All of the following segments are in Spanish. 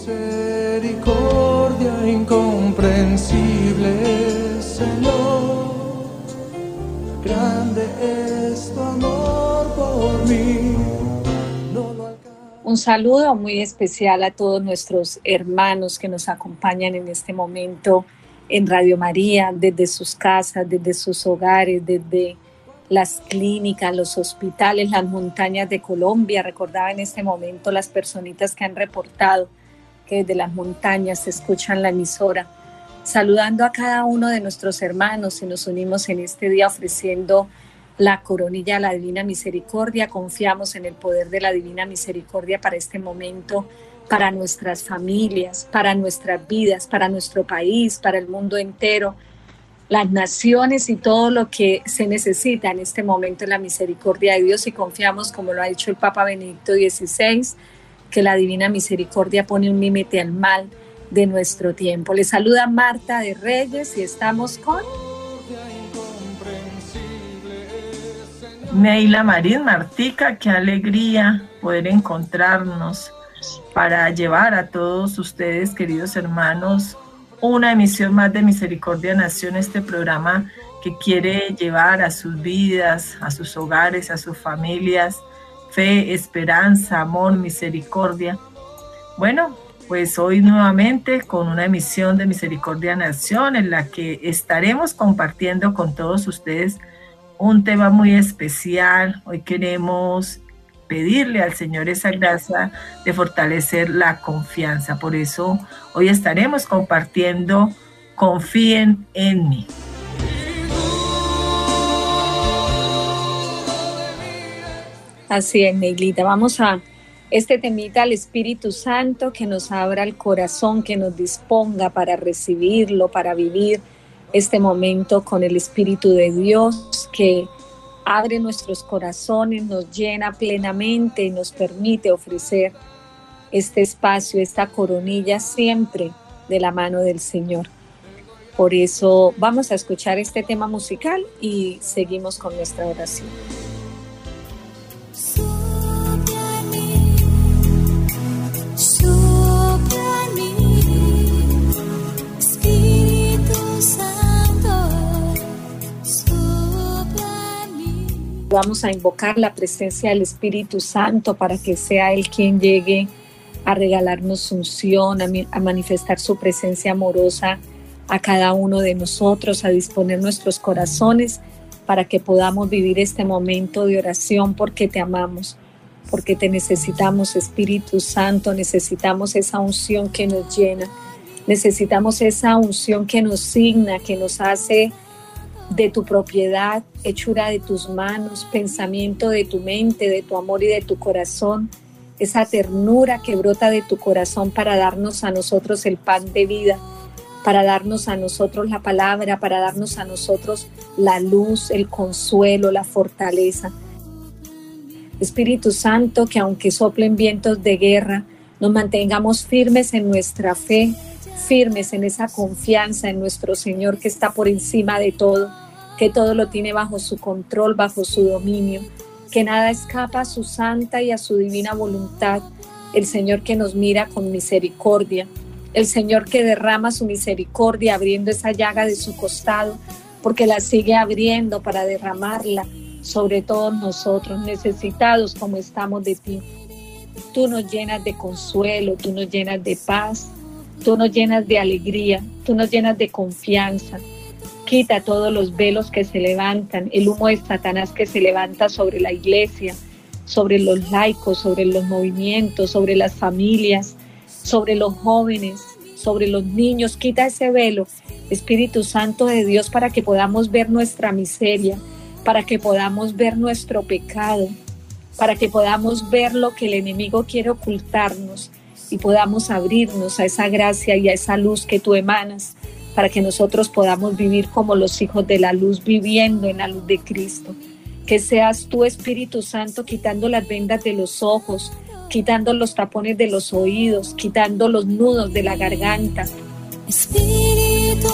Misericordia incomprensible, Señor, grande es tu amor por mí. Un saludo muy especial a todos nuestros hermanos que nos acompañan en este momento en Radio María, desde sus casas, desde sus hogares, desde las clínicas, los hospitales, las montañas de Colombia. Recordaba en este momento las personitas que han reportado que desde las montañas se escuchan la emisora. Saludando a cada uno de nuestros hermanos y nos unimos en este día ofreciendo la coronilla a la Divina Misericordia. Confiamos en el poder de la Divina Misericordia para este momento, para nuestras familias, para nuestras vidas, para nuestro país, para el mundo entero, las naciones y todo lo que se necesita en este momento en la misericordia de Dios. Y confiamos, como lo ha dicho el Papa Benedicto XVI, que la Divina Misericordia pone un límite al mal de nuestro tiempo. Les saluda Marta de Reyes y estamos con Neila Marín Martica. Qué alegría poder encontrarnos para llevar a todos ustedes, queridos hermanos, una emisión más de Misericordia Nación, este programa que quiere llevar a sus vidas, a sus hogares, a sus familias, fe, esperanza, amor, misericordia. Bueno, pues hoy nuevamente con una emisión de Misericordia Nación en la que estaremos compartiendo con todos ustedes un tema muy especial. Hoy queremos pedirle al Señor esa gracia de fortalecer la confianza. Por eso hoy estaremos compartiendo Confíen en mí. Así es, Neilita. Vamos a este temita al Espíritu Santo que nos abra el corazón, que nos disponga para recibirlo, para vivir este momento con el Espíritu de Dios, que abre nuestros corazones, nos llena plenamente y nos permite ofrecer este espacio, esta coronilla siempre de la mano del Señor. Por eso vamos a escuchar este tema musical y seguimos con nuestra oración. Vamos a invocar la presencia del Espíritu Santo para que sea Él quien llegue a regalarnos unción, a manifestar su presencia amorosa a cada uno de nosotros, a disponer nuestros corazones para que podamos vivir este momento de oración, porque te amamos, porque te necesitamos, Espíritu Santo. Necesitamos esa unción que nos llena, necesitamos esa unción que nos signa, que nos hace de tu propiedad, hechura de tus manos, pensamiento de tu mente, de tu amor y de tu corazón, esa ternura que brota de tu corazón para darnos a nosotros el pan de vida, para darnos a nosotros la palabra, para darnos a nosotros la luz, el consuelo, la fortaleza. Espíritu Santo, que aunque soplen vientos de guerra, nos mantengamos firmes en nuestra fe, firmes en esa confianza en nuestro Señor que está por encima de todo, que todo lo tiene bajo su control, bajo su dominio, que nada escapa a su santa y a su divina voluntad. El Señor que nos mira con misericordia, el Señor que derrama su misericordia abriendo esa llaga de su costado, porque la sigue abriendo para derramarla sobre todos nosotros, necesitados como estamos de ti. Tú nos llenas de consuelo, tú nos llenas de paz, tú nos llenas de alegría, tú nos llenas de confianza. Quita todos los velos que se levantan, el humo de Satanás que se levanta sobre la iglesia, sobre los laicos, sobre los movimientos, sobre las familias, sobre los jóvenes, sobre los niños. Quita ese velo, Espíritu Santo de Dios, para que podamos ver nuestra miseria, para que podamos ver nuestro pecado, para que podamos ver lo que el enemigo quiere ocultarnos y podamos abrirnos a esa gracia y a esa luz que tú emanas, para que nosotros podamos vivir como los hijos de la luz, viviendo en la luz de Cristo. Que seas tú, Espíritu Santo, quitando las vendas de los ojos, quitando los tapones de los oídos, quitando los nudos de la garganta. Espíritu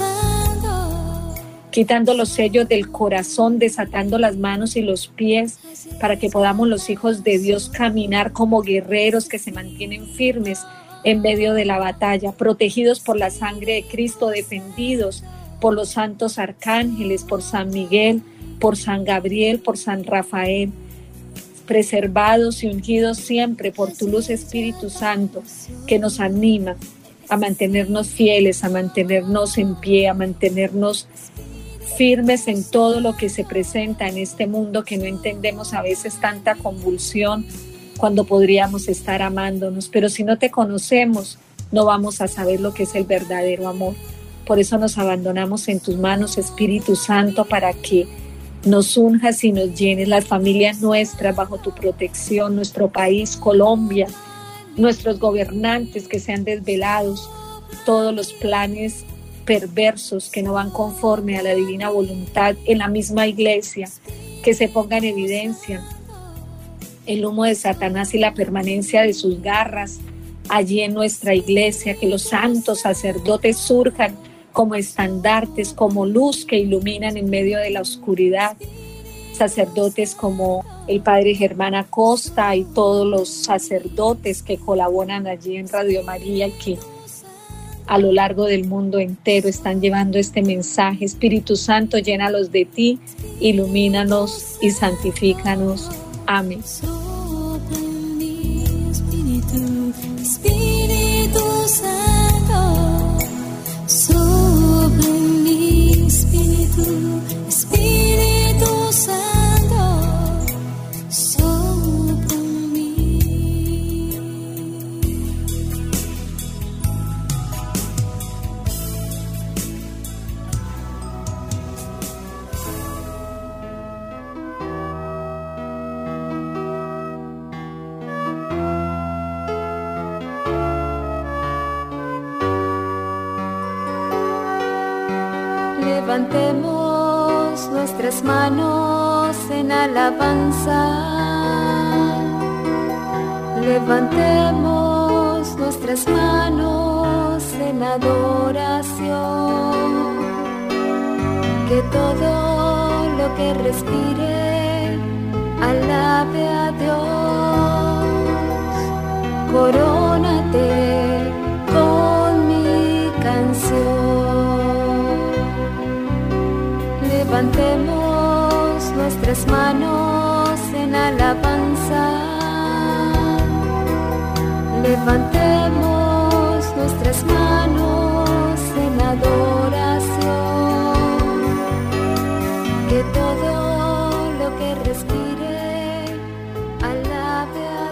Santo. Quitando los sellos del corazón, desatando las manos y los pies, para que podamos los hijos de Dios caminar como guerreros que se mantienen firmes en medio de la batalla, protegidos por la sangre de Cristo, defendidos por los santos arcángeles, por San Miguel, por San Gabriel, por San Rafael, preservados y ungidos siempre por tu luz, Espíritu Santo, que nos anima a mantenernos fieles, a mantenernos en pie, a mantenernos firmes en todo lo que se presenta en este mundo, que no entendemos a veces tanta convulsión cuando podríamos estar amándonos, pero si no te conocemos, no vamos a saber lo que es el verdadero amor. Por eso nos abandonamos en tus manos, Espíritu Santo, para que nos unjas y nos llenes, las familias nuestras bajo tu protección, nuestro país, Colombia, nuestros gobernantes que sean desvelados, todos los planes perversos que no van conforme a la divina voluntad en la misma iglesia, que se ponga en evidencia el humo de Satanás y la permanencia de sus garras allí en nuestra iglesia, que los santos sacerdotes surjan como estandartes, como luz que iluminan en medio de la oscuridad, sacerdotes como el Padre Germán Acosta y todos los sacerdotes que colaboran allí en Radio María y que a lo largo del mundo entero están llevando este mensaje. Espíritu Santo, llénalos de ti, ilumínanos y santifícanos. Amén. Espíritu Santo, sobre mí, Espíritu Santo, sobre mí. Levantemos nuestras manos en alabanza. Levantemos nuestras manos en adoración. Que todo lo que respire alabe a Dios. Corónate con mi canción. Levantemos nuestras manos en alabanza. Levantemos nuestras manos en adoración. Que todo lo que respire alabe a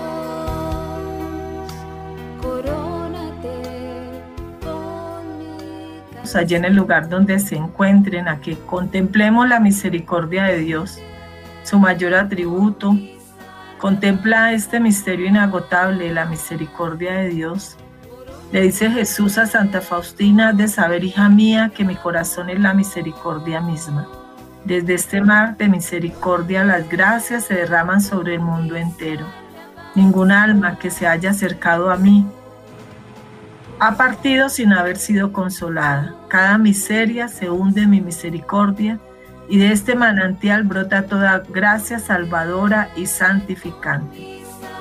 Dios. Corónate con mi canción. Allí en el lugar donde se encuentren, a que contemplemos la misericordia de Dios, su mayor atributo. Contempla este misterio inagotable, la misericordia de Dios. Le dice Jesús a Santa Faustina: de saber, hija mía, que mi corazón es la misericordia misma. Desde este mar de misericordia las gracias se derraman sobre el mundo entero. Ninguna alma que se haya acercado a mí ha partido sin haber sido consolada. Cada miseria se hunde en mi misericordia, y de este manantial brota toda gracia salvadora y santificante.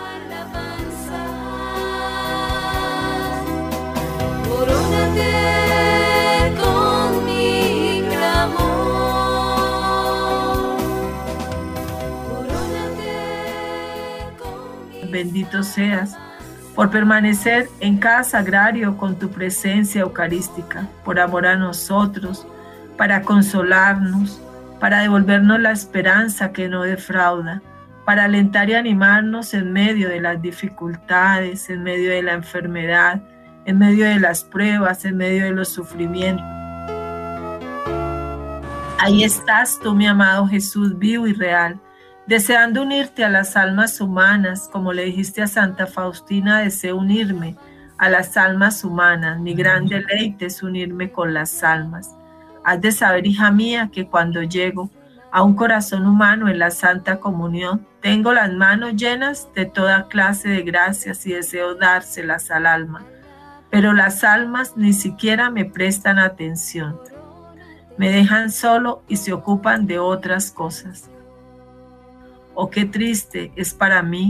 Corónate con mi clamor. Corónate con mi... Bendito seas por permanecer en cada sagrario con tu presencia eucarística, por amor a nosotros, para consolarnos, para devolvernos la esperanza que no defrauda, para alentar y animarnos en medio de las dificultades, en medio de la enfermedad, en medio de las pruebas, en medio de los sufrimientos. Ahí estás tú, mi amado Jesús, vivo y real, deseando unirte a las almas humanas, como le dijiste a Santa Faustina: deseo unirme a las almas humanas, mi gran deleite es unirme con las almas. Has de saber, hija mía, que cuando llego a un corazón humano en la Santa Comunión, tengo las manos llenas de toda clase de gracias y deseo dárselas al alma, pero las almas ni siquiera me prestan atención. Me dejan solo y se ocupan de otras cosas. Oh, qué triste es para mí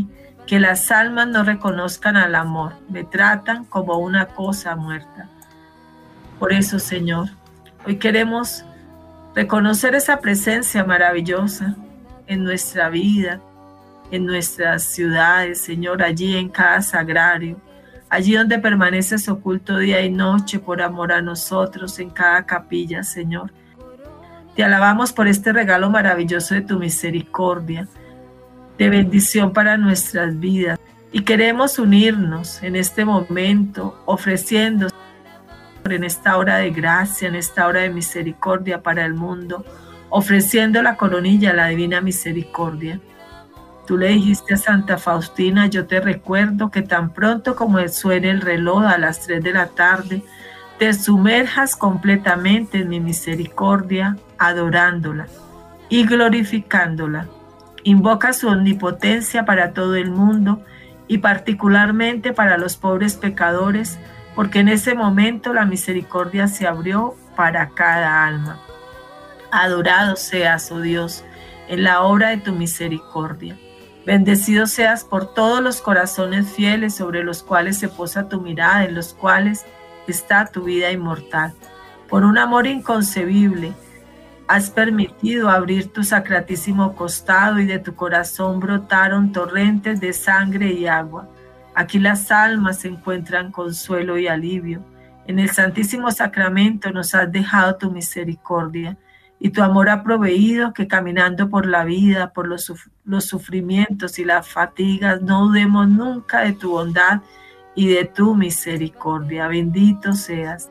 que las almas no reconozcan al amor, me tratan como una cosa muerta. Por eso, Señor, hoy queremos reconocer esa presencia maravillosa en nuestra vida, en nuestras ciudades, Señor, allí en cada sagrario, allí donde permaneces oculto día y noche por amor a nosotros, en cada capilla, Señor. Te alabamos por este regalo maravilloso de tu misericordia, de bendición para nuestras vidas. Y queremos unirnos en este momento, ofreciendo en esta hora de gracia, en esta hora de misericordia para el mundo, ofreciendo la coronilla a la divina misericordia. Tú le dijiste a Santa Faustina, yo te recuerdo que tan pronto como suene el reloj a las 3 de la tarde, te sumerjas completamente en mi misericordia, adorándola y glorificándola. Invoca su omnipotencia para todo el mundo y particularmente para los pobres pecadores, porque en ese momento la misericordia se abrió para cada alma. Adorado seas, oh Dios, en la obra de tu misericordia. Bendecido seas por todos los corazones fieles sobre los cuales se posa tu mirada, en los cuales está tu vida inmortal. Por un amor inconcebible, has permitido abrir tu sacratísimo costado y de tu corazón brotaron torrentes de sangre y agua. Aquí las almas encuentran consuelo y alivio. En el Santísimo Sacramento nos has dejado tu misericordia y tu amor ha proveído que caminando por la vida, por los sufrimientos y las fatigas, no dudemos nunca de tu bondad y de tu misericordia. Bendito seas.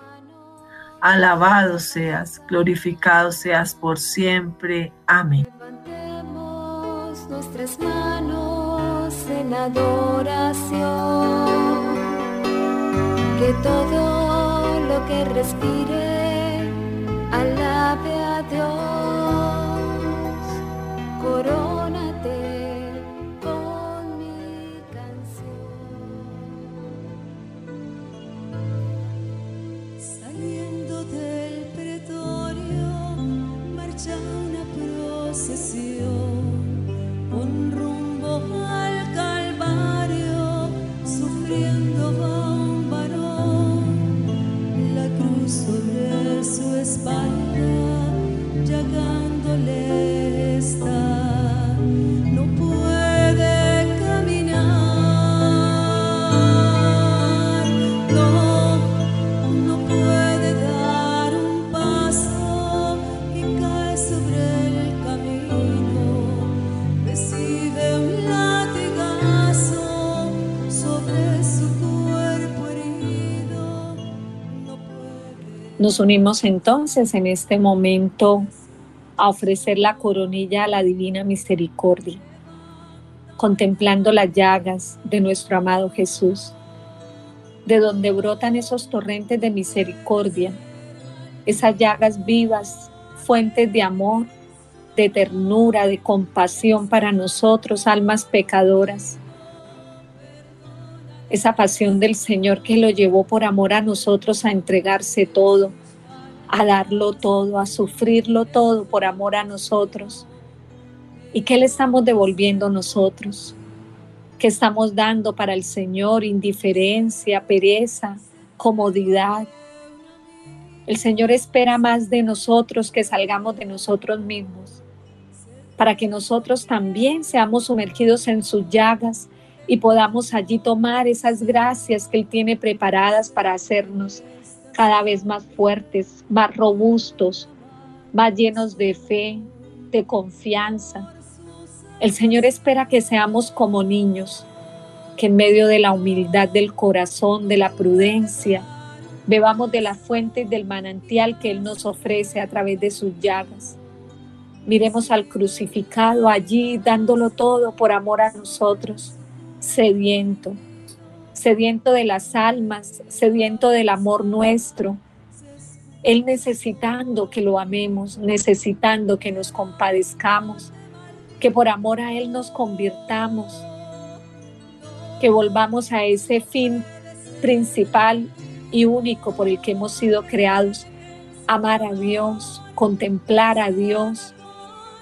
Alabado seas, glorificado seas por siempre. Amén. Levantemos nuestras manos en adoración, que todo lo que respire alabe a Dios. Corónate con mi canción. Saliendo del pretorio, marcha una procesión con rumbo al Calvario, sufriendo va un varón, la cruz sobre su espalda, llagándole está, no puede caminar, no puede dar un paso y cae sobre el camino, recibe un latigazo sobre su cuerpo herido, no puede. Nos unimos entonces en este momento a ofrecer la coronilla a la divina misericordia, contemplando las llagas de nuestro amado Jesús, de donde brotan esos torrentes de misericordia, esas llagas vivas, fuentes de amor, de ternura, de compasión para nosotros, almas pecadoras. Esa pasión del Señor que lo llevó por amor a nosotros a entregarse todo, a darlo todo, a sufrirlo todo por amor a nosotros. ¿Y qué le estamos devolviendo nosotros? ¿Qué estamos dando para el Señor? Indiferencia, pereza, comodidad. El Señor espera más de nosotros que salgamos de nosotros mismos, para que nosotros también seamos sumergidos en sus llagas y podamos allí tomar esas gracias que Él tiene preparadas para hacernos cada vez más fuertes, más robustos, más llenos de fe, de confianza. El Señor espera que seamos como niños, que en medio de la humildad del corazón, de la prudencia, bebamos de las fuentes del manantial que Él nos ofrece a través de sus llagas. Miremos al crucificado allí dándolo todo por amor a nosotros, sediento de las almas, sediento del amor nuestro. Él necesitando que lo amemos, necesitando que nos compadezcamos, que por amor a Él nos convirtamos, que volvamos a ese fin principal y único por el que hemos sido creados, amar a Dios, contemplar a Dios,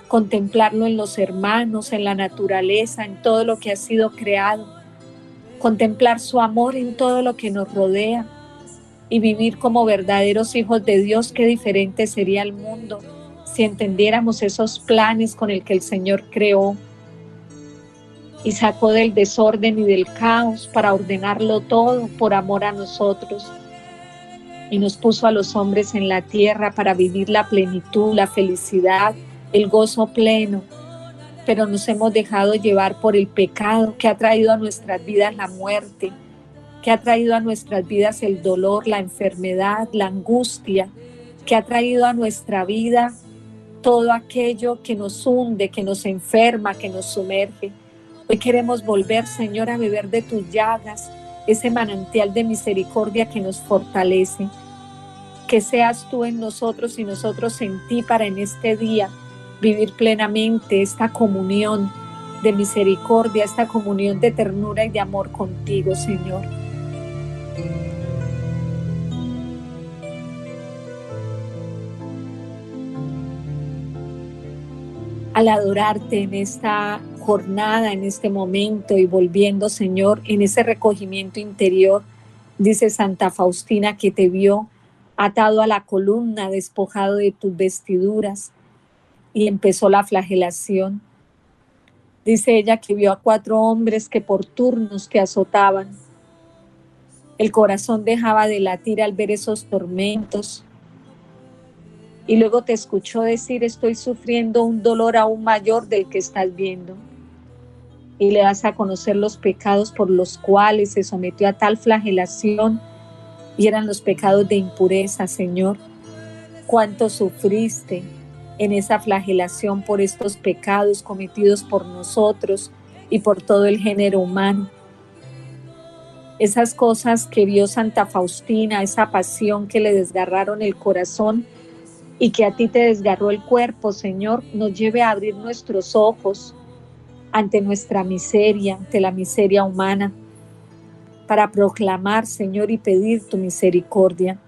contemplarlo en los hermanos, en la naturaleza, en todo lo que ha sido creado, contemplar su amor en todo lo que nos rodea y vivir como verdaderos hijos de Dios. Qué diferente sería el mundo si entendiéramos esos planes con el que el Señor creó y sacó del desorden y del caos para ordenarlo todo por amor a nosotros. Y nos puso a los hombres en la tierra para vivir la plenitud, la felicidad, el gozo pleno. Pero nos hemos dejado llevar por el pecado que ha traído a nuestras vidas la muerte, que ha traído a nuestras vidas el dolor, la enfermedad, la angustia, que ha traído a nuestra vida todo aquello que nos hunde, que nos enferma, que nos sumerge. Hoy queremos volver, Señor, a beber de tus llagas, ese manantial de misericordia que nos fortalece. Que seas tú en nosotros y nosotros en ti para en este día vivir plenamente esta comunión de misericordia, esta comunión de ternura y de amor contigo, Señor. Al adorarte en esta jornada, en este momento y volviendo, Señor, en ese recogimiento interior, dice Santa Faustina que te vio atado a la columna, despojado de tus vestiduras, y empezó la flagelación. Dice ella que vio a 4 hombres que por turnos te azotaban. El corazón dejaba de latir al ver esos tormentos. Y luego te escuchó decir: estoy sufriendo un dolor aún mayor del que estás viendo. Y le das a conocer los pecados por los cuales se sometió a tal flagelación, y eran los pecados de impureza, Señor. Cuánto sufriste en esa flagelación por estos pecados cometidos por nosotros y por todo el género humano. Esas cosas que vio Santa Faustina, esa pasión que le desgarraron el corazón y que a ti te desgarró el cuerpo, Señor, nos lleve a abrir nuestros ojos ante nuestra miseria, ante la miseria humana, para proclamar, Señor, y pedir tu misericordia.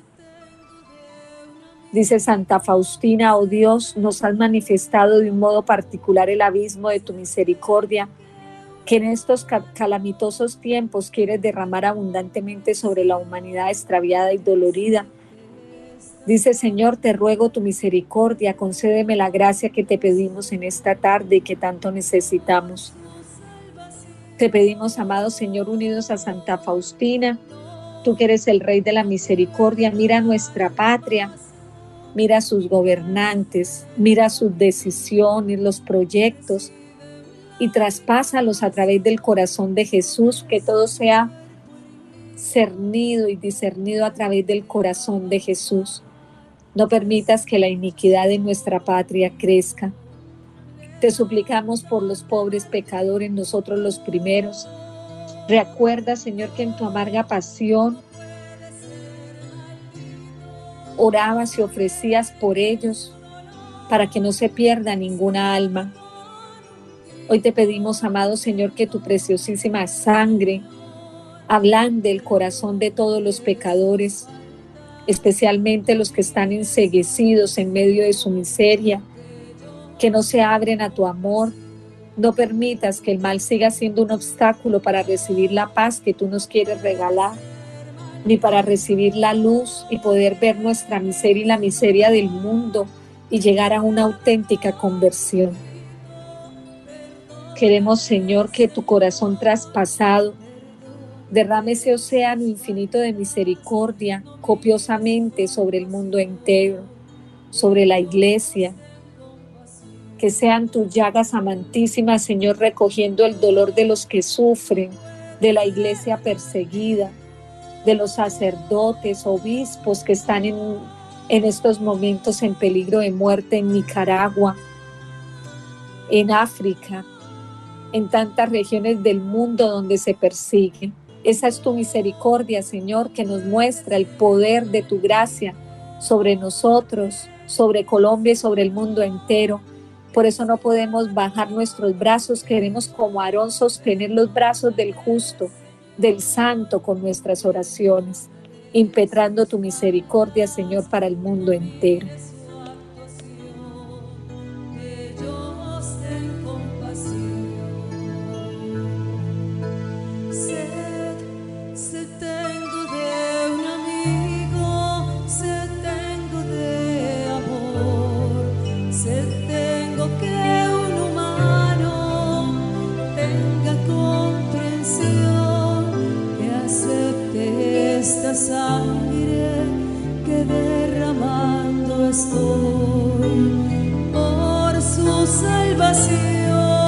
Dice Santa Faustina: oh Dios, nos has manifestado de un modo particular el abismo de tu misericordia, que en estos calamitosos tiempos quieres derramar abundantemente sobre la humanidad extraviada y dolorida. Dice: Señor, te ruego tu misericordia, concédeme la gracia que te pedimos en esta tarde y que tanto necesitamos. Te pedimos, amado Señor, unidos a Santa Faustina, tú que eres el Rey de la misericordia, mira nuestra patria, mira a sus gobernantes, mira sus decisiones, los proyectos, y traspásalos a través del corazón de Jesús, que todo sea cernido y discernido a través del corazón de Jesús. No permitas que la iniquidad de nuestra patria crezca. Te suplicamos por los pobres pecadores, nosotros los primeros. Recuerda, Señor, que en tu amarga pasión orabas y ofrecías por ellos para que no se pierda ninguna alma. Hoy te pedimos, amado Señor, que tu preciosísima sangre ablande el corazón de todos los pecadores, especialmente los que están enceguecidos en medio de su miseria, que no se abren a tu amor. No permitas que el mal siga siendo un obstáculo para recibir la paz que tú nos quieres regalar, ni para recibir la luz y poder ver nuestra miseria y la miseria del mundo y llegar a una auténtica conversión. Queremos, Señor, que tu corazón traspasado derrame ese océano infinito de misericordia copiosamente sobre el mundo entero, sobre la iglesia. Que sean tus llagas amantísimas, Señor, recogiendo el dolor de los que sufren, de la iglesia perseguida, de los sacerdotes, obispos que están en estos momentos en peligro de muerte en Nicaragua, en África, en tantas regiones del mundo donde se persigue. Esa es tu misericordia, Señor, que nos muestra el poder de tu gracia sobre nosotros, sobre Colombia y sobre el mundo entero. Por eso no podemos bajar nuestros brazos, queremos como Aarón sostener los brazos del justo, del santo con nuestras oraciones, impetrando tu misericordia, Señor, para el mundo entero. sangre que derramando estoy por su salvación.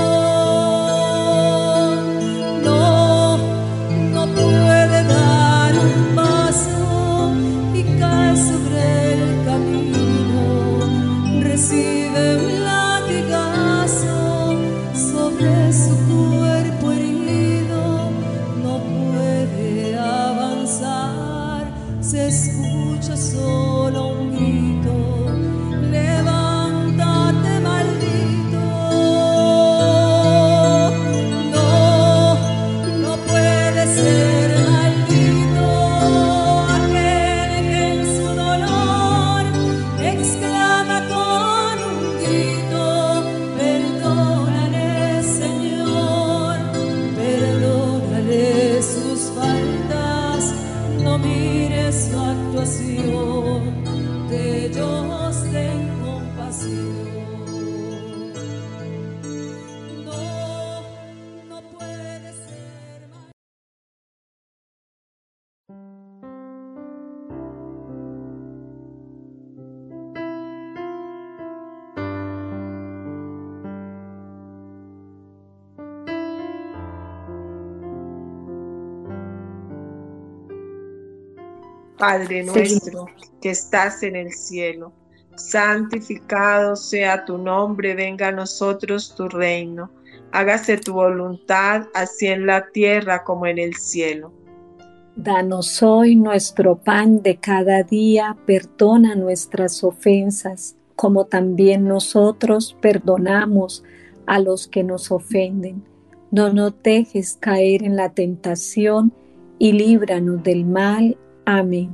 No, no puede dar un paso y cae sobre el camino. Recibe un latigazo sobre su cuerpo herido. No puede avanzar, se escucha solo un grito: levántate, maldito. No, no puede ser maldito aquel que en su dolor exclama con un grito: perdónale, Señor, perdónale sus faltas, no mires su actuación, de ellos ten compasión. No, no puede ser maldito. Padre Seguimos. nuestro que estás en el cielo, santificado sea tu nombre, venga a nosotros tu reino. Hágase tu voluntad, así en la tierra como en el cielo. Danos hoy nuestro pan de cada día, perdona nuestras ofensas, como también nosotros perdonamos a los que nos ofenden. No nos dejes caer en la tentación y líbranos del mal. Amén.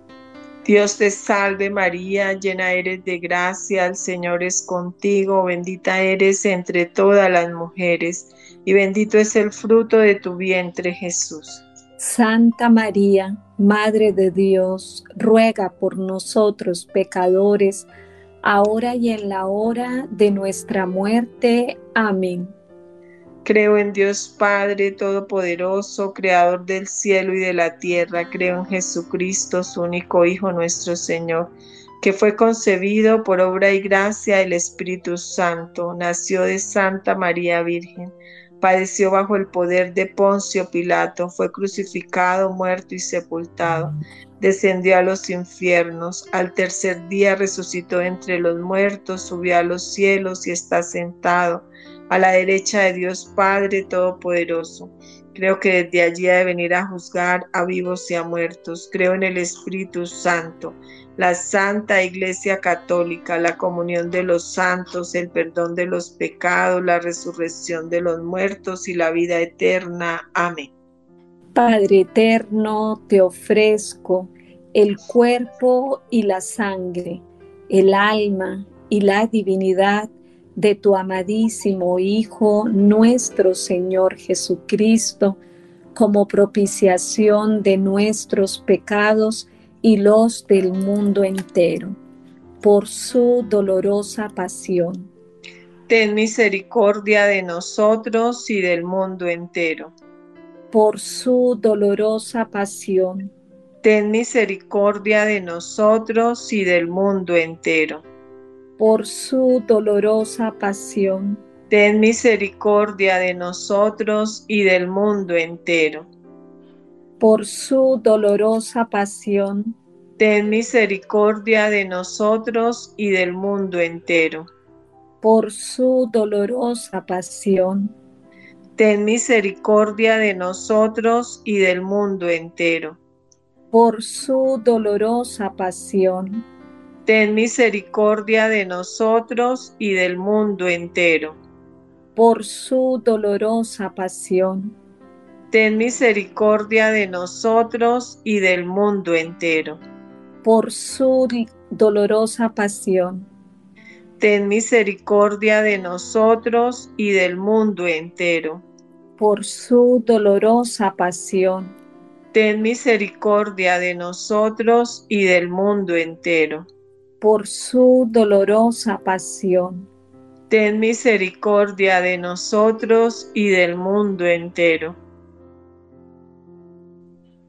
Dios te salve María, llena eres de gracia, el Señor es contigo, bendita eres entre todas las mujeres, y bendito es el fruto de tu vientre, Jesús. Santa María, Madre de Dios, ruega por nosotros pecadores, ahora y en la hora de nuestra muerte. Amén. Creo en Dios Padre Todopoderoso, Creador del cielo y de la tierra. Creo en Jesucristo, su único Hijo, nuestro Señor, que fue concebido por obra y gracia del Espíritu Santo. Nació de Santa María Virgen. Padeció bajo el poder de Poncio Pilato. Fue crucificado, muerto y sepultado. Descendió a los infiernos. Al tercer día resucitó entre los muertos, subió a los cielos y está sentado a la derecha de Dios Padre Todopoderoso. Creo que desde allí ha de venir a juzgar a vivos y a muertos. Creo en el Espíritu Santo, la Santa Iglesia Católica, la comunión de los santos, el perdón de los pecados, la resurrección de los muertos y la vida eterna. Amén. Padre eterno, te ofrezco el cuerpo y la sangre, el alma y la divinidad de tu amadísimo Hijo, nuestro Señor Jesucristo, como propiciación de nuestros pecados y los del mundo entero, por su dolorosa pasión. Ten misericordia de nosotros y del mundo entero. Por su dolorosa pasión. Ten misericordia de nosotros y del mundo entero. Por su dolorosa pasión. Ten misericordia de nosotros y del mundo entero. Por su dolorosa pasión. Ten misericordia de nosotros y del mundo entero. Por su dolorosa pasión. Ten misericordia de nosotros y del mundo entero. Por su dolorosa pasión. Ten misericordia de nosotros y del mundo entero. Por su dolorosa pasión. Ten misericordia de nosotros y del mundo entero. Por su dolorosa pasión. Ten misericordia de nosotros y del mundo entero. Por su dolorosa pasión. Ten misericordia de nosotros y del mundo entero. Por su dolorosa pasión. Ten misericordia de nosotros y del mundo entero.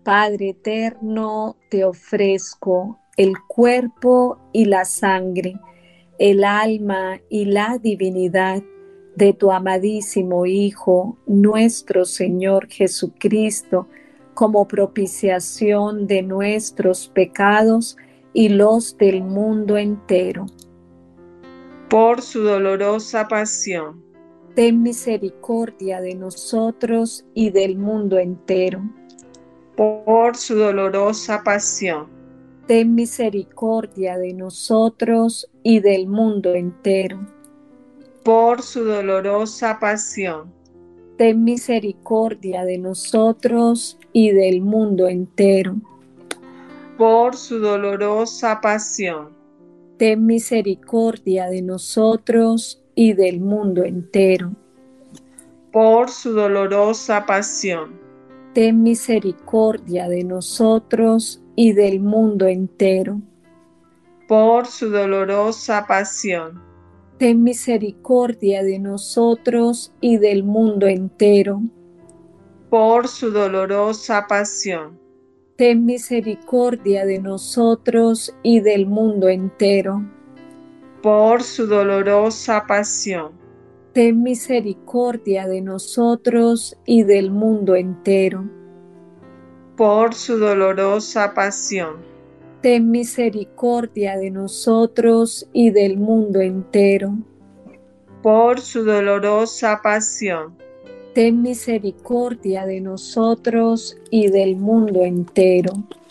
Padre eterno, te ofrezco el cuerpo y la sangre, el alma y la divinidad de tu amadísimo Hijo, nuestro Señor Jesucristo, como propiciación de nuestros pecados y los del mundo entero. Por su dolorosa pasión, Ten misericordia de nosotros y del mundo entero. por su dolorosa pasión, Ten misericordia de nosotros y del mundo entero. por su dolorosa pasión, Ten misericordia de nosotros y del mundo entero. por su dolorosa pasión, Ten misericordia de nosotros y del mundo entero. por su dolorosa pasión, Ten misericordia de nosotros y del mundo entero. por su dolorosa pasión, Ten misericordia de nosotros y del mundo entero. por su dolorosa pasión, Ten misericordia de nosotros y del mundo entero. por su dolorosa pasión, Ten misericordia de nosotros y del mundo entero. por su dolorosa pasión, Ten misericordia de nosotros y del mundo entero. por su dolorosa pasión, Ten misericordia de nosotros y del mundo entero.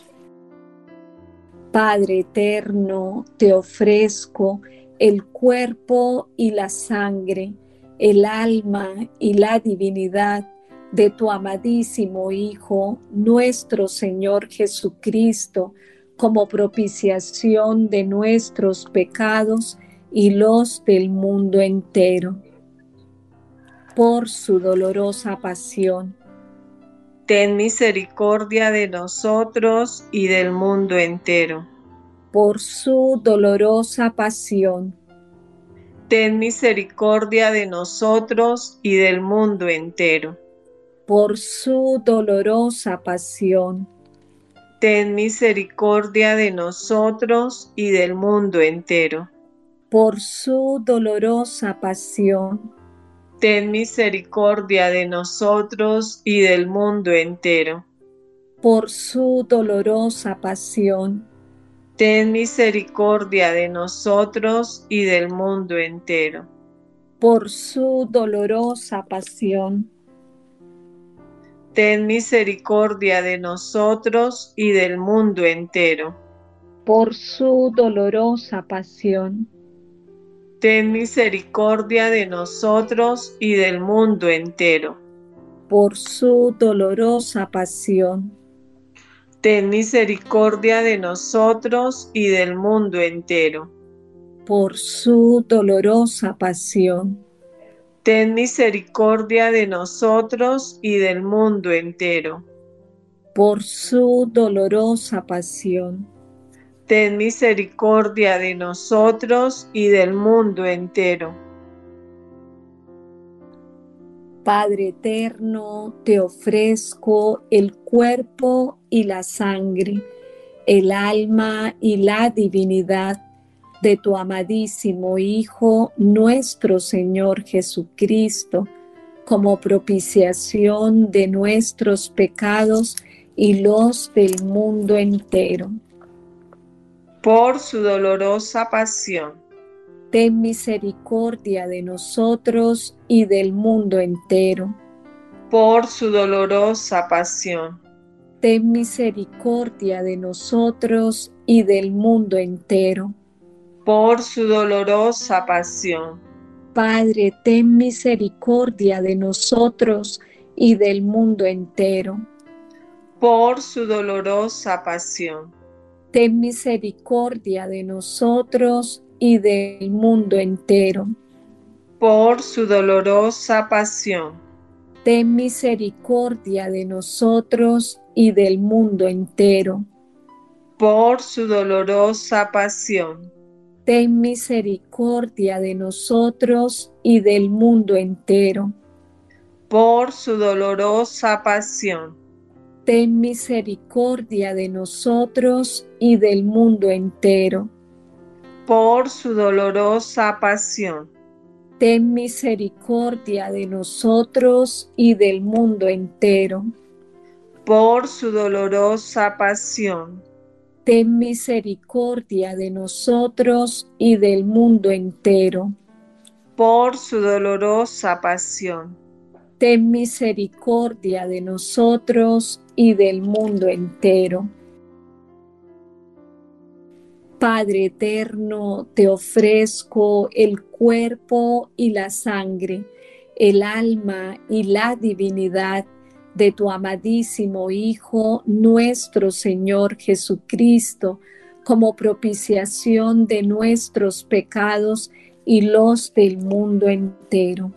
Padre eterno, te ofrezco el cuerpo y la sangre, el alma y la divinidad de tu amadísimo Hijo, nuestro Señor Jesucristo, como propiciación de nuestros pecados y los del mundo entero. Por su dolorosa pasión, ten misericordia de nosotros y del mundo entero. por su dolorosa pasión, Ten misericordia de nosotros y del mundo entero. por su dolorosa pasión, Ten misericordia de nosotros y del mundo entero. por su dolorosa pasión, Ten misericordia de nosotros y del mundo entero. por su dolorosa pasión, Ten misericordia de nosotros y del mundo entero. por su dolorosa pasión, Ten misericordia de nosotros y del mundo entero. por su dolorosa pasión, Ten misericordia de nosotros y del mundo entero. por su dolorosa pasión, Ten misericordia de nosotros y del mundo entero. por su dolorosa pasión, Ten misericordia de nosotros y del mundo entero. por su dolorosa pasión, Ten misericordia de nosotros y del mundo entero. Padre eterno, te ofrezco el cuerpo y la sangre, el alma y la divinidad de tu amadísimo Hijo, nuestro Señor Jesucristo, como propiciación de nuestros pecados y los del mundo entero. Por su dolorosa pasión, Ten misericordia de nosotros y del mundo entero. por su dolorosa pasión, Ten misericordia de nosotros y del mundo entero. por su dolorosa pasión, Padre, ten misericordia de nosotros y del mundo entero. por su dolorosa pasión, Ten misericordia de nosotros y del mundo entero. por su dolorosa pasión, Ten misericordia de nosotros y del mundo entero. por su dolorosa pasión, Ten misericordia de nosotros y del mundo entero. por su dolorosa pasión, ten misericordia de nosotros y del mundo entero. Por su dolorosa pasión, Ten misericordia de nosotros y del mundo entero. por su dolorosa pasión, Ten misericordia de nosotros y del mundo entero. por su dolorosa pasión, Ten misericordia de nosotros y del mundo entero. Padre eterno, te ofrezco el cuerpo y la sangre, el alma y la divinidad de tu amadísimo Hijo, nuestro Señor Jesucristo, como propiciación de nuestros pecados y los del mundo entero.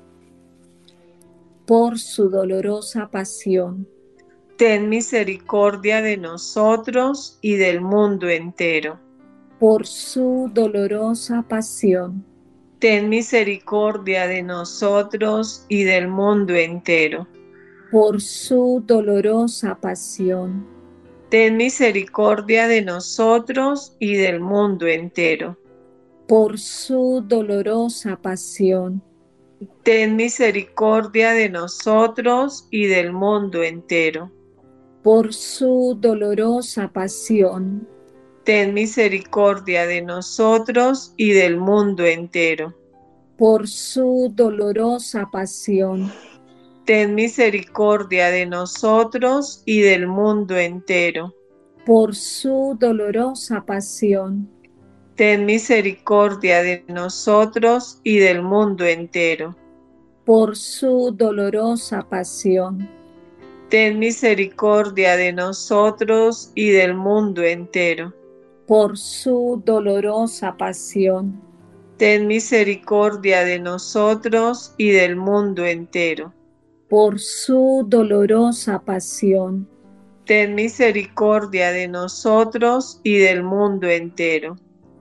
Por su dolorosa pasión, ten misericordia de nosotros y del mundo entero. por su dolorosa pasión, Ten misericordia de nosotros y del mundo entero. por su dolorosa pasión, Ten misericordia de nosotros y del mundo entero. por su dolorosa pasión, Ten misericordia de nosotros y del mundo entero. por su dolorosa pasión, Ten misericordia de nosotros y del mundo entero. por su dolorosa pasión, Ten misericordia de nosotros y del mundo entero. por su dolorosa pasión, Ten misericordia de nosotros y del mundo entero. por su dolorosa pasión, Ten misericordia de nosotros y del mundo entero. por su dolorosa pasión, Ten misericordia de nosotros y del mundo entero. por su dolorosa pasión, Ten misericordia de nosotros y del mundo entero.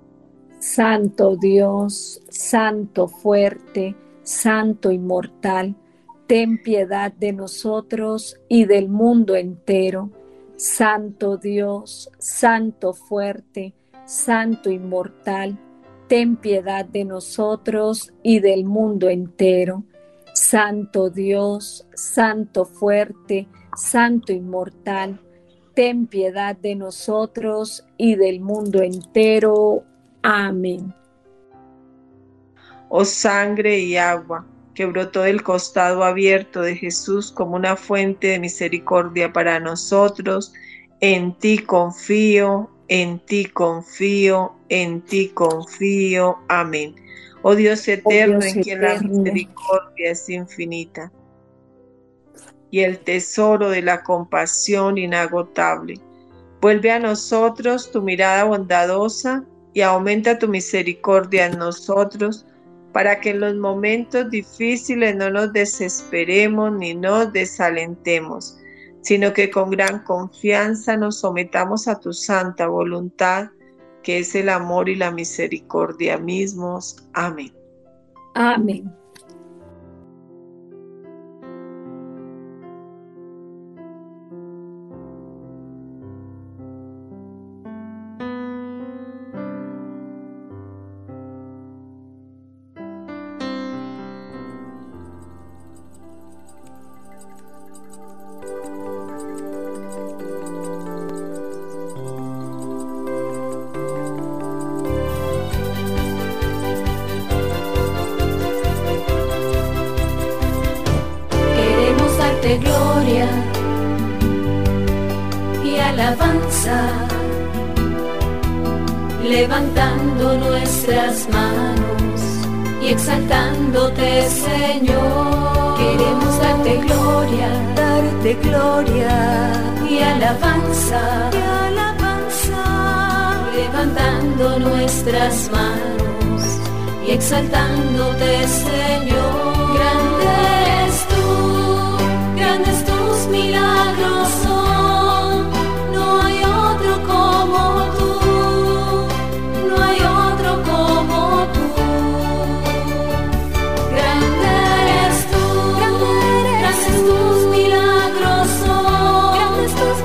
Santo Dios, Santo fuerte, Santo inmortal, ten piedad de nosotros y del mundo entero. Santo Dios, Santo fuerte, Santo inmortal, ten piedad de nosotros y del mundo entero. Santo Dios, Santo fuerte, Santo inmortal, ten piedad de nosotros y del mundo entero. Amén. Oh sangre y agua, que brotó del costado abierto de Jesús como una fuente de misericordia para nosotros, en ti confío, en ti confío, en ti confío. Amén. Oh Dios eterno, en quien la misericordia es infinita y el tesoro de la compasión inagotable. Vuelve a nosotros tu mirada bondadosa y aumenta tu misericordia en nosotros, para que en los momentos difíciles no nos desesperemos ni nos desalentemos, sino que con gran confianza nos sometamos a tu santa voluntad, que es el amor y la misericordia mismos. Amén. Amén. Gloria y alabanza, levantando nuestras manos y exaltándote, Señor. Queremos darte gloria y alabanza, levantando nuestras manos y exaltándote, Señor. Grandes tus milagros son, no hay otro como tú, no hay otro como tú. Grande eres tú, grandes tus milagros son, grandes tus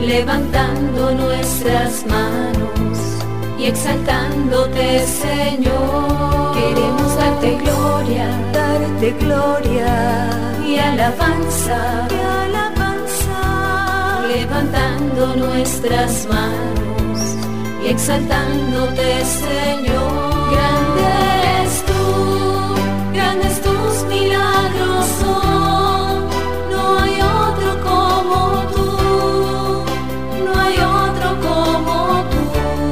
levantando nuestras manos y exaltándote, Señor. Queremos darte gloria y alabanza, levantando nuestras manos y exaltándote, Señor. Grandes tus milagros son, no hay otro como tú, no hay otro como tú.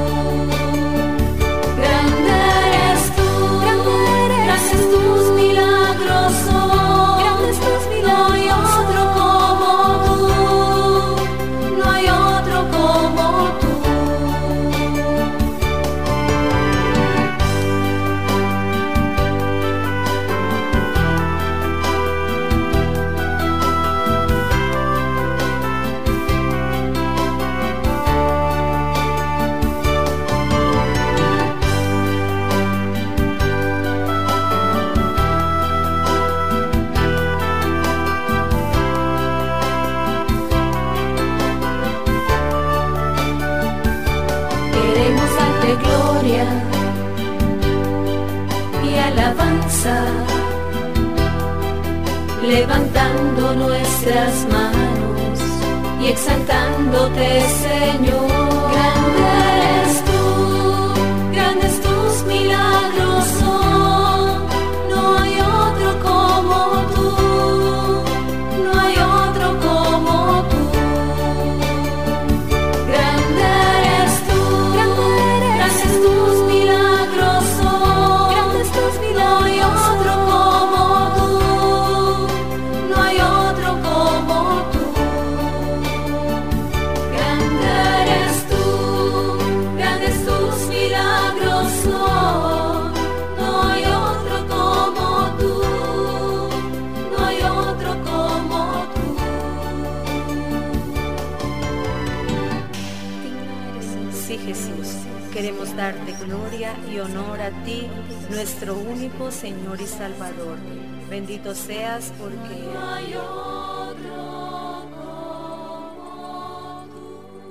Grande eres grandes tus milagros son, no hay otro como tú, no hay otro como tú. Queremos darte gloria y alabanza, levantando nuestras manos y exaltándote, Señor. Grandes tus milagros son, no hay otro como tú, no hay otro como tú. Grandes tus milagros son, no hay otro como tú, no hay otro como tú. Grandes tus milagros son, no hay otro como tú, no hay otro como tú. Sí, Jesús, queremos darte gloria y honor a ti, nuestro único Señor y Salvador. Bendito seas porque No hay otro como tú.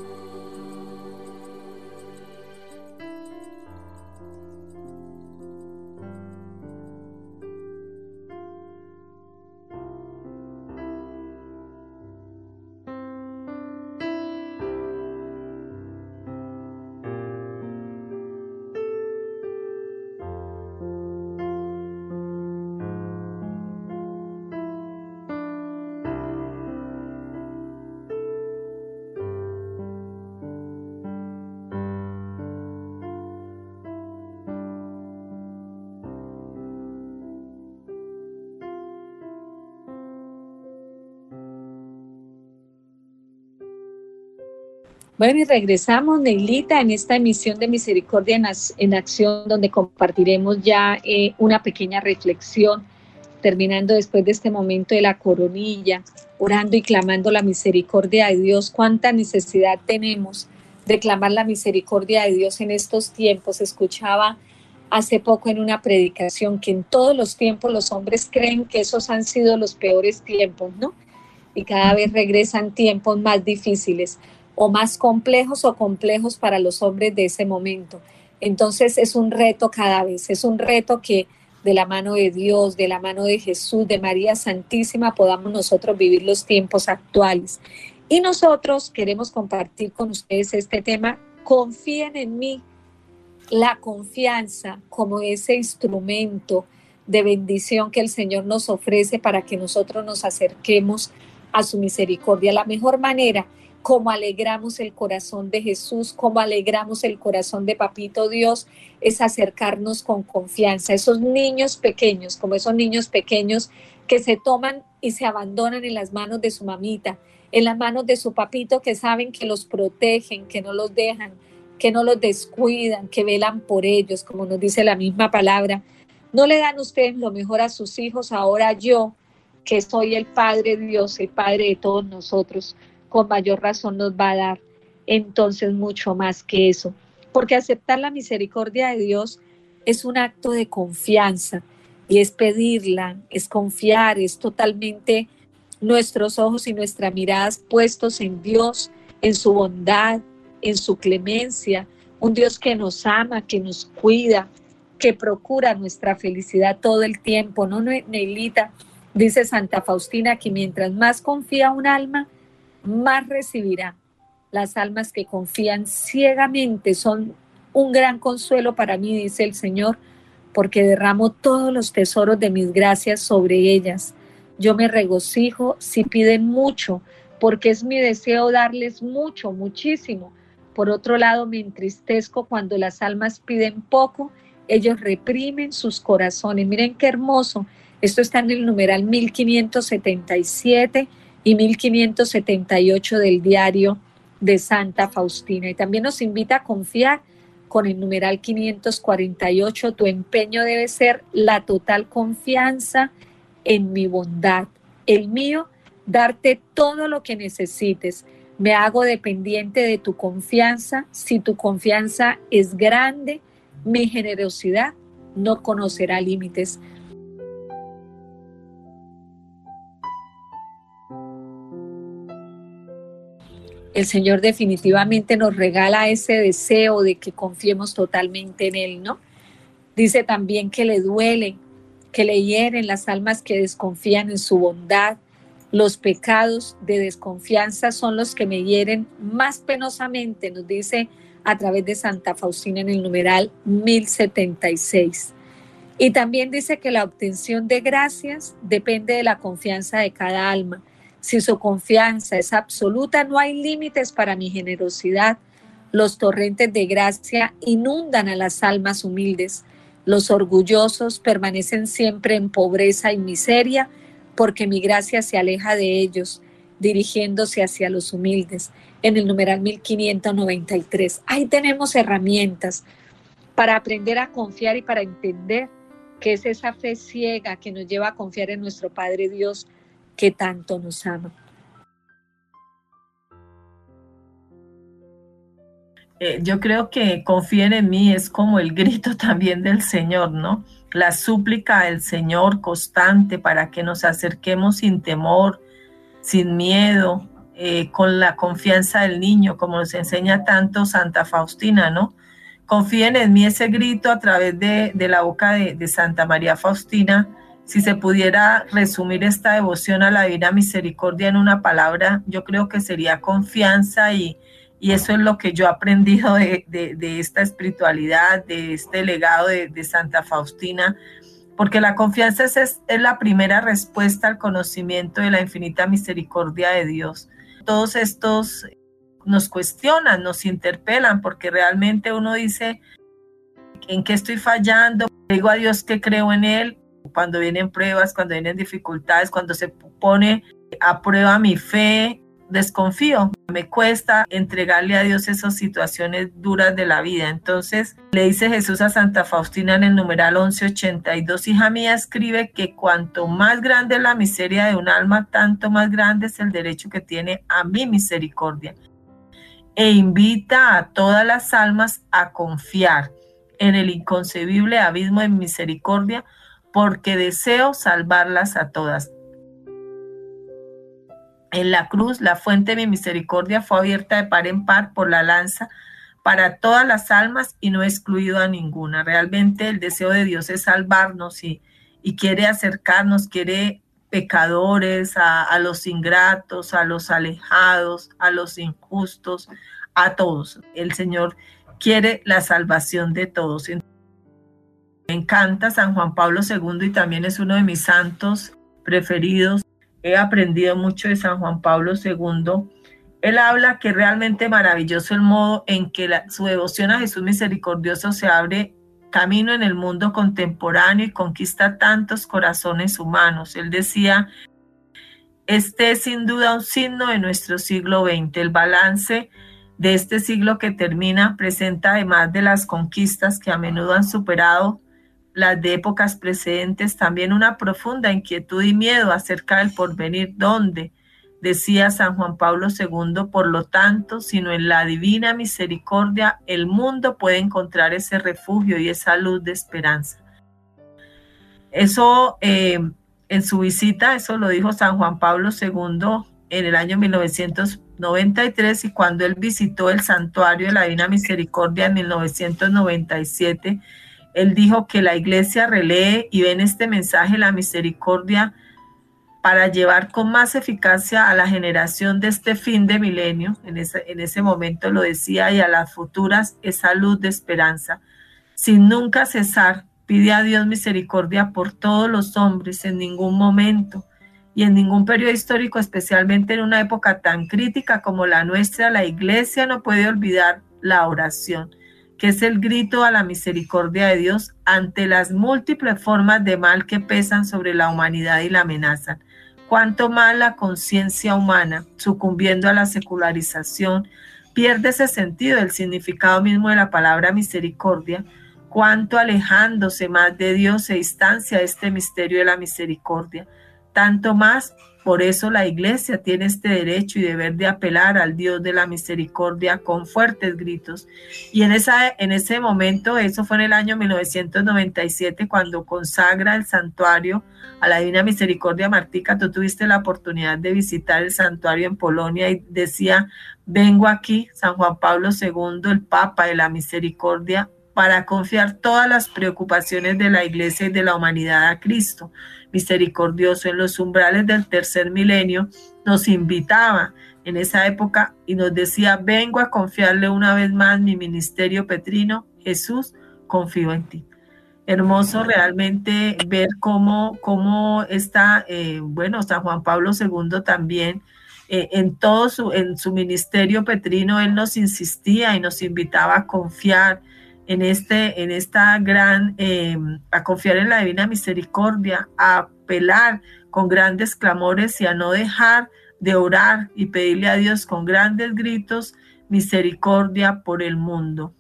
Bueno, y regresamos, Neilita, en esta emisión de Misericordia en Acción, donde compartiremos ya una pequeña reflexión, terminando después de este momento de la coronilla, orando y clamando la misericordia de Dios. Cuánta necesidad tenemos de clamar la misericordia de Dios en estos tiempos. Escuchaba hace poco en una predicación que en todos los tiempos los hombres creen que esos han sido los peores tiempos, ¿no? Y cada vez regresan tiempos más difíciles, o más complejos o complejos para los hombres de ese momento. Entonces es un reto cada vez, es un reto que de la mano de Dios, de la mano de Jesús, de María Santísima, podamos nosotros vivir los tiempos actuales. Y nosotros queremos compartir con ustedes este tema, confíen en mí, la confianza como ese instrumento de bendición que el Señor nos ofrece para que nosotros nos acerquemos a su misericordia. La mejor manera, como alegramos el corazón de Jesús, como alegramos el corazón de Papito Dios, es acercarnos con confianza. Esos niños pequeños, como esos niños pequeños que se toman y se abandonan en las manos de su mamita, en las manos de su papito, que saben que los protegen, que no los dejan, que no los descuidan, que velan por ellos, como nos dice la misma palabra. ¿No le dan ustedes lo mejor a sus hijos? Ahora yo, que soy el Padre Dios, el Padre de todos nosotros, con mayor razón nos va a dar entonces mucho más que eso. Porque aceptar la misericordia de Dios es un acto de confianza y es pedirla, es confiar, es totalmente nuestros ojos y nuestras miradas puestos en Dios, en su bondad, en su clemencia, un Dios que nos ama, que nos cuida, que procura nuestra felicidad todo el tiempo, ¿no, Neilita? Dice Santa Faustina que mientras más confía un alma, más recibirá. Las almas que confían ciegamente son un gran consuelo para mí, dice el Señor, porque derramo todos los tesoros de mis gracias sobre ellas. Yo me regocijo si piden mucho, porque es mi deseo darles mucho, muchísimo. Por otro lado, me entristezco cuando las almas piden poco, ellos reprimen sus corazones. Miren qué hermoso. Esto está en el numeral 1577 y 1578 del diario de Santa Faustina. Y también nos invita a confiar con el numeral 548. Tu empeño debe ser la total confianza en mi bondad. El mío, darte todo lo que necesites. Me hago dependiente de tu confianza. Si tu confianza es grande, mi generosidad no conocerá límites. El Señor definitivamente nos regala ese deseo de que confiemos totalmente en Él, ¿no? Dice también que le duelen, que le hieren las almas que desconfían en su bondad. Los pecados de desconfianza son los que me hieren más penosamente, nos dice a través de Santa Faustina en el numeral 1076. Y también dice que la obtención de gracias depende de la confianza de cada alma. Si su confianza es absoluta, no hay límites para mi generosidad. Los torrentes de gracia inundan a las almas humildes. Los orgullosos permanecen siempre en pobreza y miseria, porque mi gracia se aleja de ellos, dirigiéndose hacia los humildes. En el numeral 1593. Ahí tenemos herramientas para aprender a confiar y para entender que es esa fe ciega que nos lleva a confiar en nuestro Padre Dios, que tanto nos ama. Yo creo que confíen en mí es como el grito también del Señor, ¿no? La súplica del Señor constante para que nos acerquemos sin temor, sin miedo, con la confianza del niño, como nos enseña tanto Santa Faustina, ¿no? Confíen en mí, ese grito a través de la boca de Santa María Faustina. Si se pudiera resumir esta devoción a la Divina Misericordia en una palabra, yo creo que sería confianza, y eso es lo que yo he aprendido de esta espiritualidad, de este legado de Santa Faustina, porque la confianza es la primera respuesta al conocimiento de la infinita misericordia de Dios. Todos estos nos cuestionan, nos interpelan, porque realmente uno dice, ¿en qué estoy fallando? Digo a Dios que creo en Él. Cuando vienen pruebas, cuando vienen dificultades, cuando se pone a prueba mi fe, desconfío. Me cuesta entregarle a Dios esas situaciones duras de la vida. Entonces le dice Jesús a Santa Faustina en el numeral 1182, hija mía, escribe que cuanto más grande es la miseria de un alma, tanto más grande es el derecho que tiene a mi misericordia. E invita a todas las almas a confiar en el inconcebible abismo de misericordia, porque deseo salvarlas a todas. En la cruz, la fuente de mi misericordia fue abierta de par en par por la lanza para todas las almas y no he excluido a ninguna. Realmente el deseo de Dios es salvarnos y quiere acercarnos, quiere pecadores, a los ingratos, a los alejados, a los injustos, a todos. El Señor quiere la salvación de todos. Me encanta San Juan Pablo II y también es uno de mis santos preferidos. He aprendido mucho de San Juan Pablo II. Él habla que realmente maravilloso el modo en que su devoción a Jesús misericordioso se abre camino en el mundo contemporáneo y conquista tantos corazones humanos. Él decía, este es sin duda un signo de nuestro siglo XX. El balance de este siglo que termina presenta, además de las conquistas que a menudo han superado las de épocas precedentes, también una profunda inquietud y miedo acerca del porvenir, donde, decía San Juan Pablo II, por lo tanto, sino en la divina misericordia, el mundo puede encontrar ese refugio y esa luz de esperanza. Eso, en su visita, eso lo dijo San Juan Pablo II en el año 1900, 1993, y cuando él visitó el Santuario de la Divina Misericordia en 1997, él dijo que la iglesia relee y ve en este mensaje la misericordia para llevar con más eficacia a la generación de este fin de milenio, en ese momento lo decía, y a las futuras esa luz de esperanza. Sin nunca cesar, pide a Dios misericordia por todos los hombres en ningún momento y en ningún periodo histórico, especialmente en una época tan crítica como la nuestra. La iglesia no puede olvidar la oración, que es el grito a la misericordia de Dios ante las múltiples formas de mal que pesan sobre la humanidad y la amenazan. Cuanto más la conciencia humana, sucumbiendo a la secularización, pierde ese sentido, el significado mismo de la palabra misericordia, cuanto alejándose más de Dios se distancia este misterio de la misericordia. Tanto más, por eso la iglesia tiene este derecho y deber de apelar al Dios de la misericordia con fuertes gritos. Y en ese momento, eso fue en el año 1997, cuando consagra el santuario a la Divina Misericordia Martica. Tú tuviste la oportunidad de visitar el santuario en Polonia y decía: vengo aquí, San Juan Pablo II, el Papa de la Misericordia, para confiar todas las preocupaciones de la iglesia y de la humanidad a Cristo misericordioso. En los umbrales del tercer milenio nos invitaba en esa época y nos decía: vengo a confiarle una vez más mi ministerio petrino. Jesús, confío en ti. Hermoso realmente ver cómo está, San Juan Pablo II también, en su ministerio petrino, él nos insistía y nos invitaba a confiar a confiar en la Divina Misericordia, a apelar con grandes clamores y a no dejar de orar y pedirle a Dios con grandes gritos misericordia por el mundo.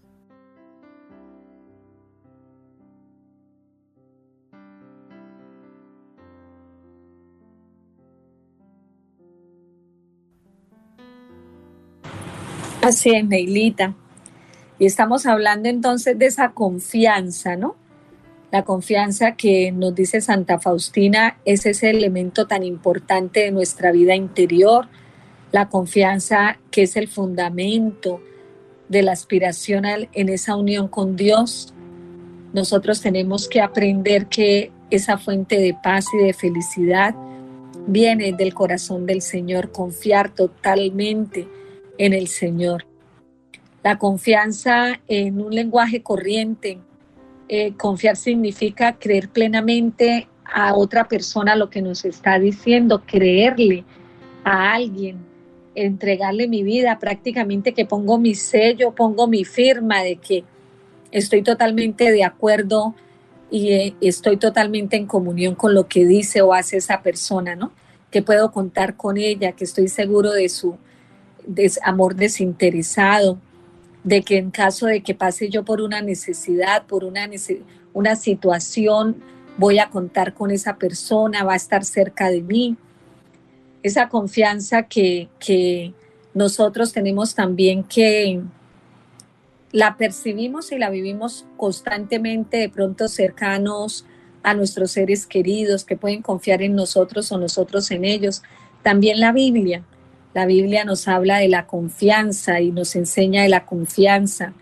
Así es, Neilita. Y estamos hablando entonces de esa confianza, ¿no? La confianza que nos dice Santa Faustina es ese elemento tan importante de nuestra vida interior, la confianza que es el fundamento de la aspiración en esa unión con Dios. Nosotros tenemos que aprender que esa fuente de paz y de felicidad viene del corazón del Señor, confiar totalmente en el Señor. La confianza en un lenguaje corriente, confiar significa creer plenamente a otra persona lo que nos está diciendo, creerle a alguien, entregarle mi vida, prácticamente que pongo mi sello, pongo mi firma de que estoy totalmente de acuerdo y estoy totalmente en comunión con lo que dice o hace esa persona, ¿no? Que puedo contar con ella, que estoy seguro de su amor desinteresado, de que en caso de que pase yo por una necesidad, por una situación, voy a contar con esa persona, va a estar cerca de mí. Esa confianza que nosotros tenemos también, que la percibimos y la vivimos constantemente, de pronto cercanos a nuestros seres queridos, que pueden confiar en nosotros o nosotros en ellos. También la Biblia nos habla de la confianza y nos enseña de la confianza.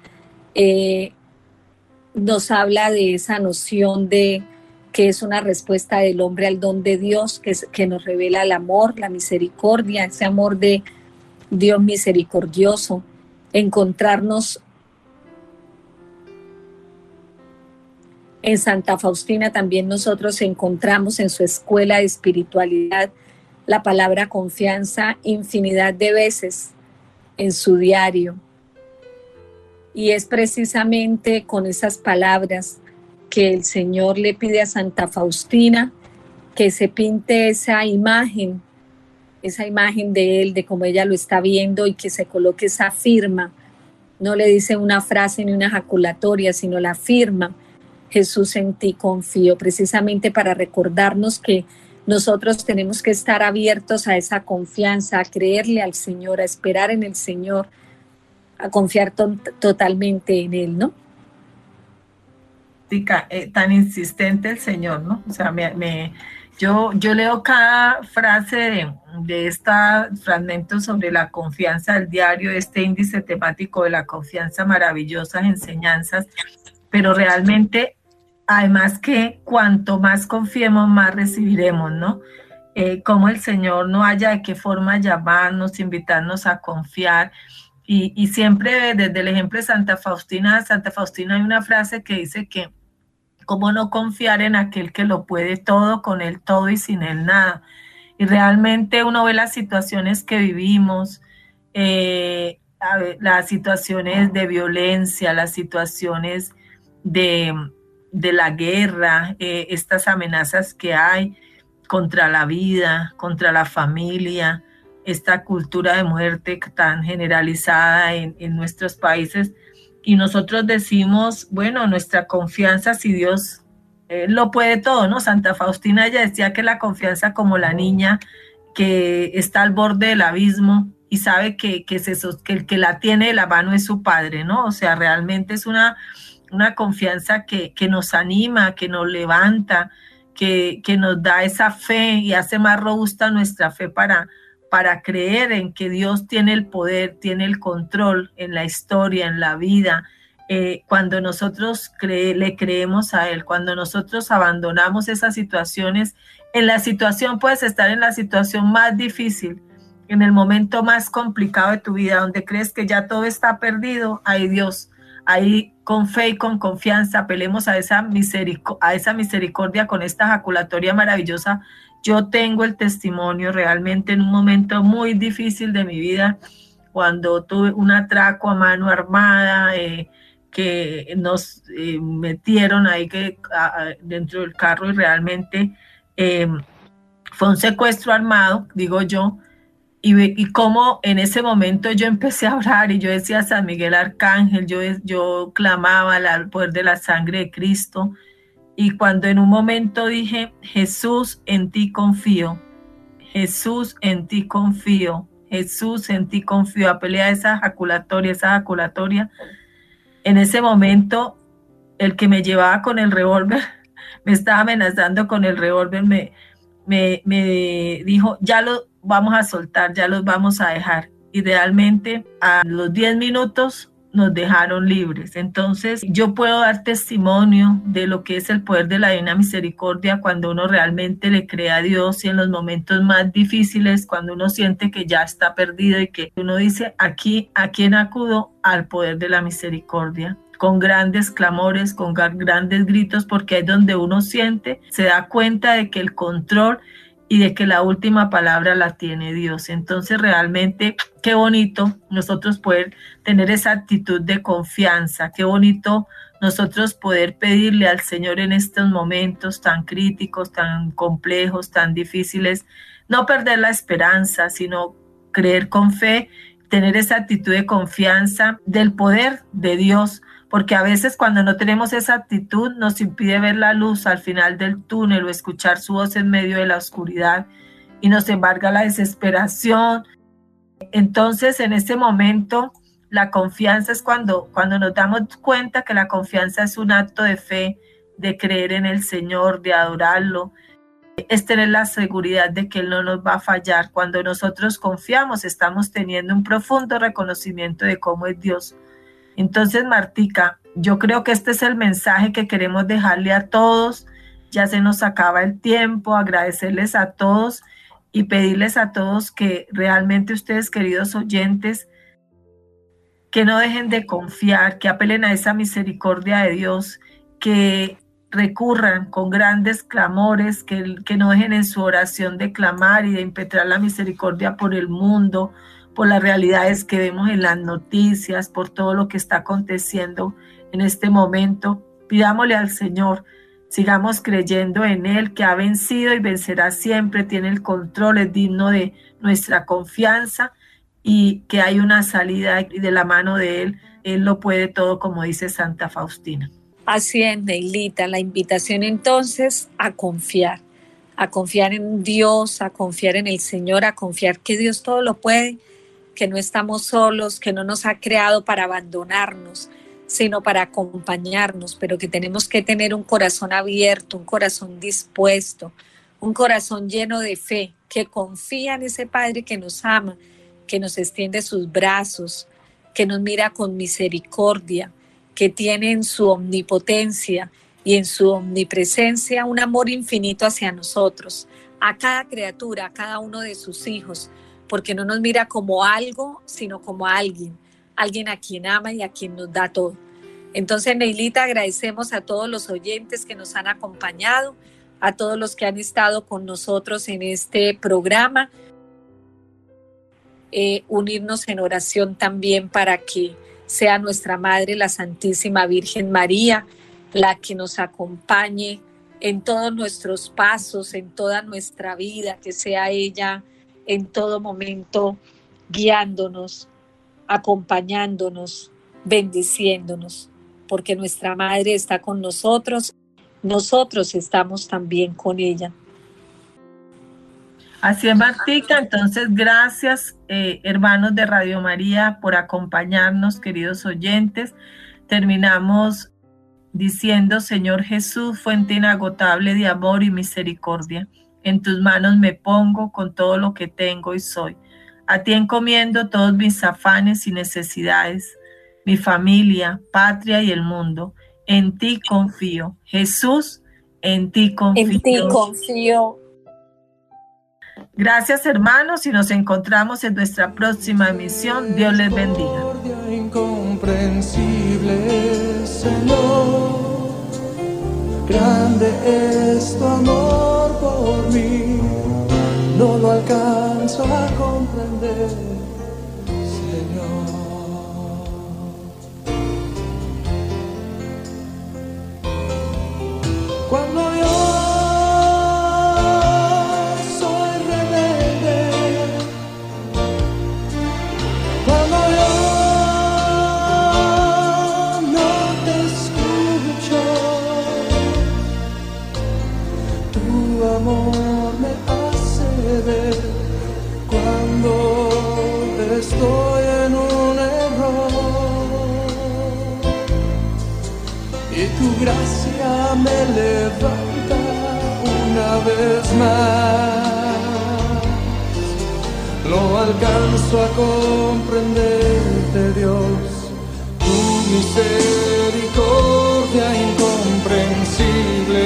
Nos habla de esa noción de que es una respuesta del hombre al don de Dios, que nos revela el amor, la misericordia, ese amor de Dios misericordioso. Encontrarnos en Santa Faustina, también nosotros encontramos en su escuela de espiritualidad la palabra confianza infinidad de veces en su diario. Y es precisamente con esas palabras que el Señor le pide a Santa Faustina que se pinte esa imagen de Él, de cómo ella lo está viendo, y que se coloque esa firma. No le dice una frase ni una ejaculatoria, sino la firma: Jesús, en ti confío, precisamente para recordarnos que nosotros tenemos que estar abiertos a esa confianza, a creerle al Señor, a esperar en el Señor, a confiar totalmente en Él, ¿no? Tan insistente el Señor, ¿no? O sea, Yo leo cada frase de este fragmento sobre la confianza del diario, este índice temático de la confianza, maravillosas enseñanzas, pero realmente, además que cuanto más confiemos, más recibiremos, ¿no? Como el Señor no haya de qué forma llamarnos, invitarnos a confiar. Y siempre desde el ejemplo de Santa Faustina hay una frase que dice que cómo no confiar en aquel que lo puede todo, con él todo y sin él nada. Y realmente uno ve las situaciones que vivimos, las situaciones de violencia, las situaciones de la guerra, estas amenazas que hay contra la vida, contra la familia, esta cultura de muerte tan generalizada en nuestros países. Y nosotros decimos, bueno, nuestra confianza, si Dios lo puede todo, ¿no? Santa Faustina ella decía que la confianza como la niña que está al borde del abismo y sabe que el que la tiene de la mano es su padre, ¿no? O sea, realmente es una confianza que nos anima, que nos levanta, que nos da esa fe y hace más robusta nuestra fe para creer en que Dios tiene el poder, tiene el control en la historia, en la vida. Cuando nosotros le creemos a Él, cuando nosotros abandonamos esas situaciones, en la situación puedes estar en la situación más difícil, en el momento más complicado de tu vida, donde crees que ya todo está perdido, ahí Dios, ahí con fe y con confianza, apelemos a esa misericordia con esta ejaculatoria maravillosa. Yo tengo el testimonio realmente en un momento muy difícil de mi vida, cuando tuve un atraco a mano armada, que nos metieron ahí dentro del carro y realmente fue un secuestro armado, digo yo, y como en ese momento yo empecé a orar y yo decía San Miguel Arcángel, yo clamaba el poder de la sangre de Cristo. Y cuando en un momento dije, Jesús, en ti confío, Jesús, en ti confío, Jesús, en ti confío, apelé a esa ejaculatoria, en ese momento el que me llevaba con el revólver, me estaba amenazando con el revólver, me dijo, ya lo vamos a soltar, ya los vamos a dejar. Y realmente a los 10 minutos nos dejaron libres. Entonces yo puedo dar testimonio de lo que es el poder de la Divina Misericordia cuando uno realmente le cree a Dios, y en los momentos más difíciles, cuando uno siente que ya está perdido y que uno dice, aquí, ¿a quién acudo? Al poder de la misericordia, con grandes clamores, con grandes gritos, porque es donde uno siente, se da cuenta de que el control y de que la última palabra la tiene Dios. Entonces realmente qué bonito nosotros poder tener esa actitud de confianza, qué bonito nosotros poder pedirle al Señor en estos momentos tan críticos, tan complejos, tan difíciles, no perder la esperanza, sino creer con fe, tener esa actitud de confianza del poder de Dios, porque a veces cuando no tenemos esa actitud nos impide ver la luz al final del túnel o escuchar su voz en medio de la oscuridad y nos embarga la desesperación. Entonces en ese momento la confianza es cuando nos damos cuenta que la confianza es un acto de fe, de creer en el Señor, de adorarlo, es tener la seguridad de que Él no nos va a fallar. Cuando nosotros confiamos estamos teniendo un profundo reconocimiento de cómo es Dios. Entonces, Martica, yo creo que este es el mensaje que queremos dejarle a todos. Ya se nos acaba el tiempo, agradecerles a todos y pedirles a todos que realmente ustedes, queridos oyentes, que no dejen de confiar, que apelen a esa misericordia de Dios, que recurran con grandes clamores, que no dejen en su oración de clamar y de impetrar la misericordia por el mundo, por las realidades que vemos en las noticias, por todo lo que está aconteciendo en este momento. Pidámosle al Señor, sigamos creyendo en Él, que ha vencido y vencerá siempre, tiene el control, es digno de nuestra confianza y que hay una salida y de la mano de Él, Él lo puede todo, como dice Santa Faustina. Así es, Neilita, la invitación entonces a confiar en Dios, a confiar en el Señor, a confiar que Dios todo lo puede, que no estamos solos, que no nos ha creado para abandonarnos, sino para acompañarnos, pero que tenemos que tener un corazón abierto, un corazón dispuesto, un corazón lleno de fe, que confía en ese Padre que nos ama, que nos extiende sus brazos, que nos mira con misericordia, que tiene en su omnipotencia y en su omnipresencia un amor infinito hacia nosotros, a cada criatura, a cada uno de sus hijos, porque no nos mira como algo, sino como alguien a quien ama y a quien nos da todo. Entonces, Neilita, agradecemos a todos los oyentes que nos han acompañado, a todos los que han estado con nosotros en este programa, unirnos en oración también para que sea nuestra Madre, la Santísima Virgen María, la que nos acompañe en todos nuestros pasos, en toda nuestra vida, que sea ella en todo momento guiándonos, acompañándonos, bendiciéndonos, porque nuestra Madre está con nosotros, nosotros estamos también con ella. Así es, Martica. Entonces, gracias, hermanos de Radio María, por acompañarnos, queridos oyentes. Terminamos diciendo: Señor Jesús, fuente inagotable de amor y misericordia, en tus manos me pongo con todo lo que tengo y soy. A ti encomiendo todos mis afanes y necesidades, mi familia, patria y el mundo. En ti confío. Jesús, en ti confío. En ti confío. Gracias, hermanos, y nos encontramos en nuestra próxima emisión. Dios les bendiga. Incomprensible, Señor, grande es tu amor por mí, no lo alcanzo a comprender, Señor. Cuando yo estoy en un error y tu gracia me levanta una vez más. No alcanzo a comprenderte, Dios, tu misericordia incomprensible,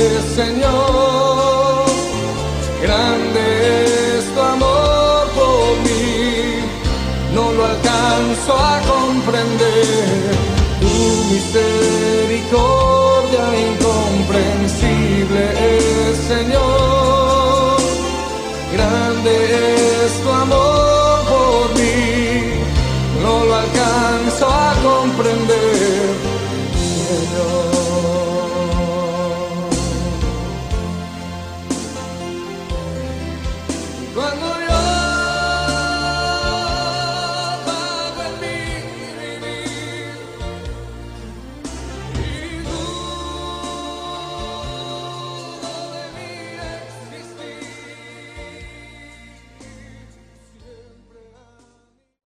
Señor, grande es tu amor por mí. No lo alcanzo a comprender, tu misericordia incomprensible es, Señor, grande es tu amor por mí, no lo alcanzo a comprender.